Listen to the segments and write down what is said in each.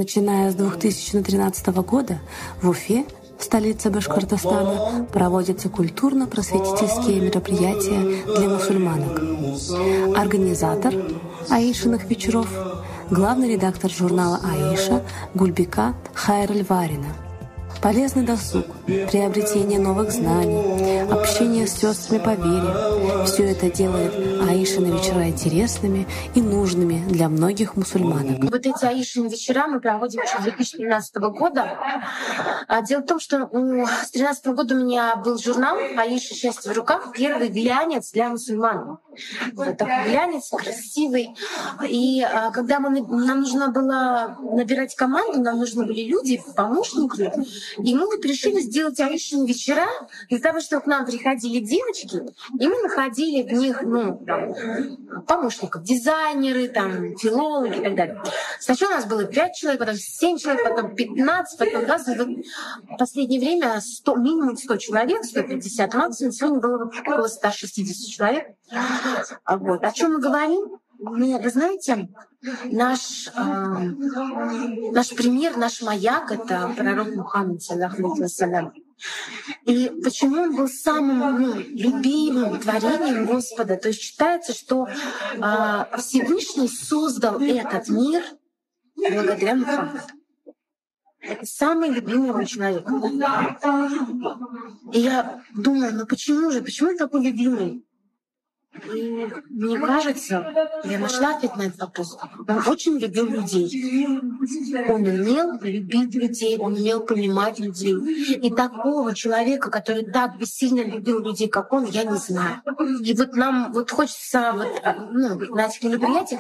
Начиная с 2013 года в Уфе, столице Башкортостана, проводятся культурно-просветительские мероприятия для мусульманок. Организатор Аишиных вечеров — главный редактор журнала «Аиша» Гульбика Хайрльварина. Полезный досуг, приобретение новых знаний, общение с сестрами по вере — все это делает Аишины вечера интересными и нужными для многих мусульманок. Вот эти Аишины вечера мы проводим еще с 2013 года. Дело в том, что с 2013 года у меня был журнал «Аиша. Счастье в руках», первый глянец для мусульман. Вот такой глянец, красивый. И когда нам нужно было набирать команду, нам нужны были люди, помощники, и мы вот решили сделать Аишины вечера для того, чтобы к нам приходили девочки, и мы находили в них помощников, дизайнеры, филологи и так далее. Сначала у нас было 5 человек, потом 7 человек, потом 15, потом 20. В последнее время минимум 100 человек, 150 максимум. Сегодня было около 160 человек. Вот. О чем мы говорим? Вы знаете, наш пример, наш маяк — это пророк Мухаммад, саллаллаху алейхи вассалям. И почему он был самым любимым творением Господа? То есть считается, что Всевышний создал этот мир благодаря Мухаммаду. Это самый любимый мой человек. И я думаю, почему он такой любимый? И мне кажется, я нашла ответ на этот вопрос. Он очень любил людей. Он умел любить людей, он умел понимать людей. И такого человека, который так бы сильно любил людей, как он, я не знаю. И вот нам хочется на этих мероприятиях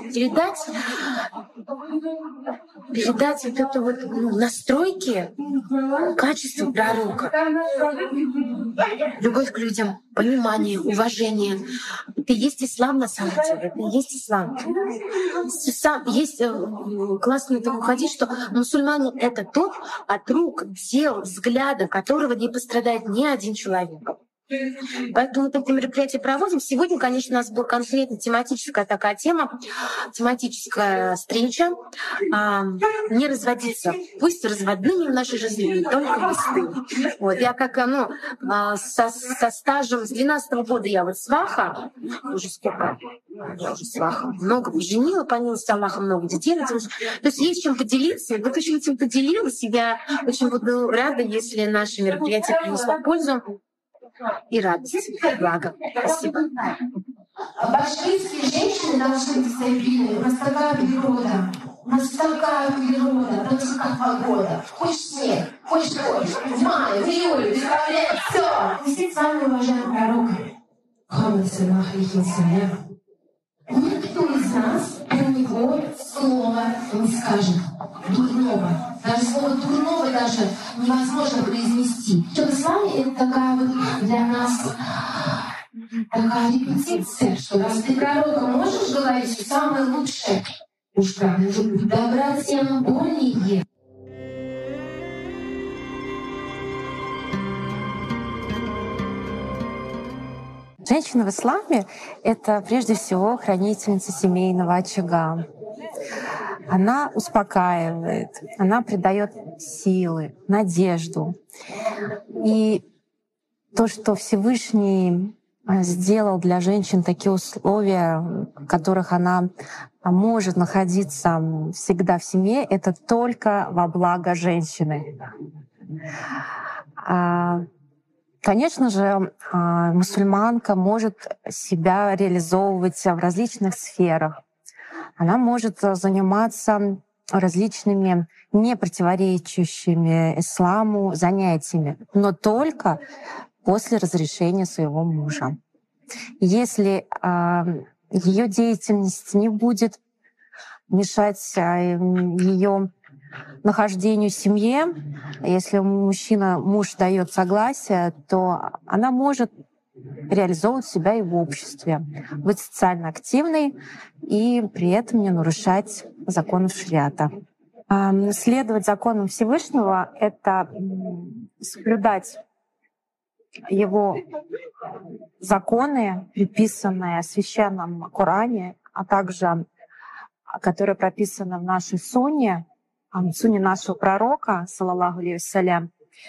передать вот это настройки качества пророка. Любовь к людям, понимание, уважение. Это и есть ислам на самом деле. Это и есть ислам. Есть классный такой хадис, что мусульмане — это тот, от рук, дел, взгляда которого не пострадает ни один человек. Поэтому вот это мероприятие проводим. Сегодня, конечно, у нас была конкретно тематическая такая тема, тематическая встреча. Не разводиться. Пусть разводными в нашей жизни не только мосты. Вот. Я как со стажем с 12-го года я сваха, уже сколько? Я уже сваха. Много поженила, по милости Аллаха, много детей родилось. То есть есть чем поделиться. Вот очень этим поделилась. И я очень буду рада, если наше мероприятие принесло пользу и радость, и благо. Спасибо. Башкирские женщины должны быть стабильны. У нас такая природа. У нас такая природа. Потому что как погода. Хочешь снег, хочешь дождь. В мае, в июле, в декабре. Все. Здесь самый уважаемый пророк. Мухаммад, саллаллаху алейхи вассалям. Никто из нас про него слова не скажет дурного. Даже слово дурного даже невозможно произнести. Что в исламе это такая для нас такая репетиция, что раз ты пророка можешь говорить, что самое лучшее, уж правда, добра тем более. Женщина в исламе — это прежде всего хранительница семейного очага. Она успокаивает, она придает силы, надежду. И то, что Всевышний сделал для женщин такие условия, в которых она может находиться всегда в семье, это только во благо женщины. Конечно же, мусульманка может себя реализовывать в различных сферах. Она может заниматься различными не противоречащими исламу занятиями, но только после разрешения своего мужа. Если ее деятельность не будет мешать ее нахождению в семье, если муж дает согласие, то она может реализовывать себя и в обществе, быть социально активной и при этом не нарушать законов шариата. Следовать законам Всевышнего — это соблюдать его законы, предписанные в Священном Коране, а также которые прописаны в нашей Сунне, сунне нашего пророка, саллаллаху алейхи вассалям,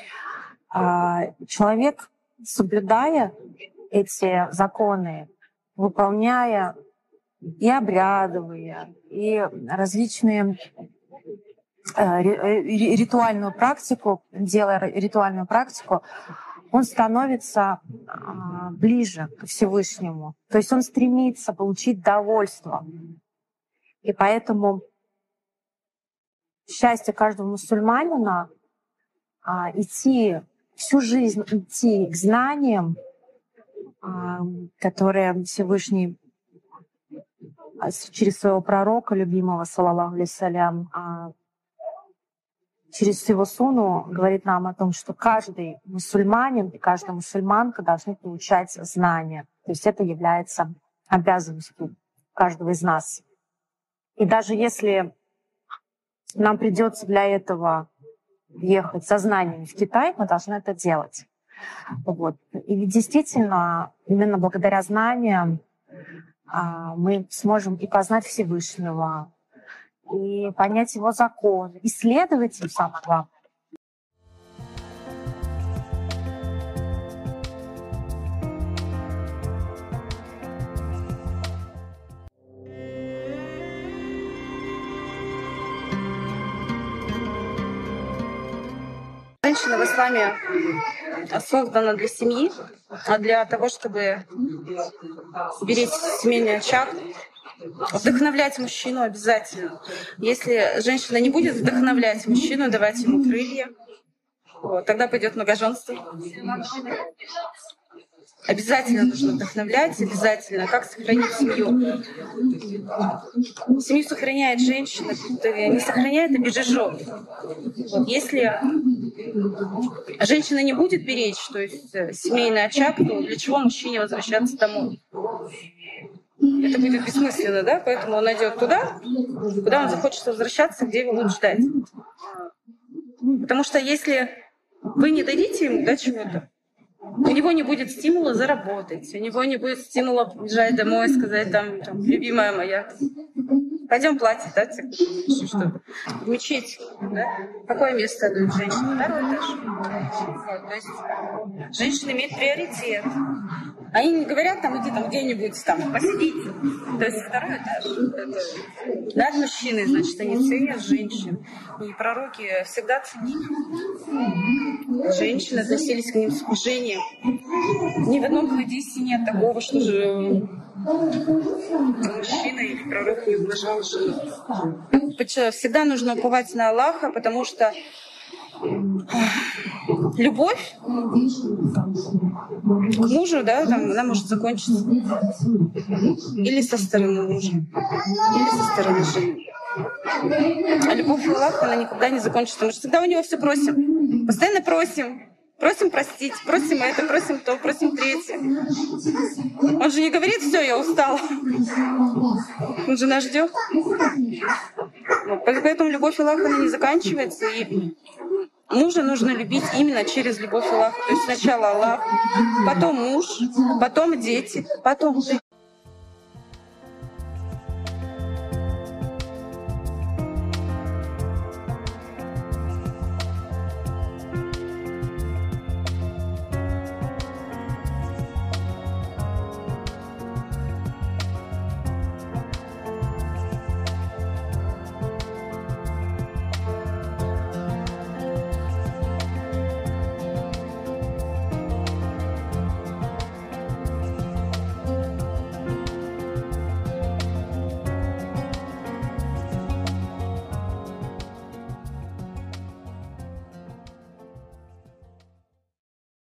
человек, соблюдая эти законы, выполняя и обрядовые, и различные ритуальную практику, делая ритуальную практику, он становится ближе к Всевышнему. То есть он стремится получить довольство. И поэтому счастье каждого мусульманина идти всю жизнь идти к знаниям, которые Всевышний через своего пророка, любимого, саллаллаху алейхи вассалям, через его суну говорит нам о том, что каждый мусульманин и каждая мусульманка должны получать знания. То есть это является обязанностью каждого из нас. И даже если нам придется для этого ехать со знаниями в Китай, мы должны это делать. Вот. И действительно, именно благодаря знаниям мы сможем и познать Всевышнего, и понять его закон, исследовать им, самое главное. Женщина в исламе создана для семьи, а для того, чтобы беречь семейный очаг, вдохновлять мужчину обязательно. Если женщина не будет вдохновлять мужчину, давать ему крылья, вот, тогда пойдет многоженство. Обязательно нужно вдохновлять, обязательно. Как сохранить семью? Семью сохраняет женщина, не сохраняет, а бережет. Вот, если женщина не будет беречь, то есть семейный очаг, то для чего мужчине возвращаться домой? Это будет бессмысленно, да? Поэтому он идет туда, куда он захочет возвращаться, где его будут ждать. Потому что если вы не дадите ему, да, чего-то, у него не будет стимула заработать, у него не будет стимула побежать домой и сказать, там, любимая моя, пойдем платье, да, что-то. В мечеть, да? Какое место дают женщине? Второй этаж. Вот, то есть женщина имеет приоритет. Они не говорят, там, иди там где-нибудь там посидите. То есть второй этаж. Это, да, мужчины, значит, они ценят женщин. И пророки всегда ценили. Женщины относились к ним с уважением. Ни в одном хадисе нет такого, что же мужчина или пророк не уважал жену. Всегда нужно уповать на Аллаха, потому что любовь к мужу, да, там, она может закончиться или со стороны мужа, или со стороны жены. А любовь к Аллаху, она никогда не закончится. Мы же всегда у него все просим. Постоянно просим. Просим простить, просим это, просим то, просим третье. Он же не говорит, все, я устал. Он же нас ждет. Поэтому любовь Аллаха, она не заканчивается. И мужа нужно любить именно через любовь Аллаха. То есть сначала Аллах, потом муж, потом дети, потом ты.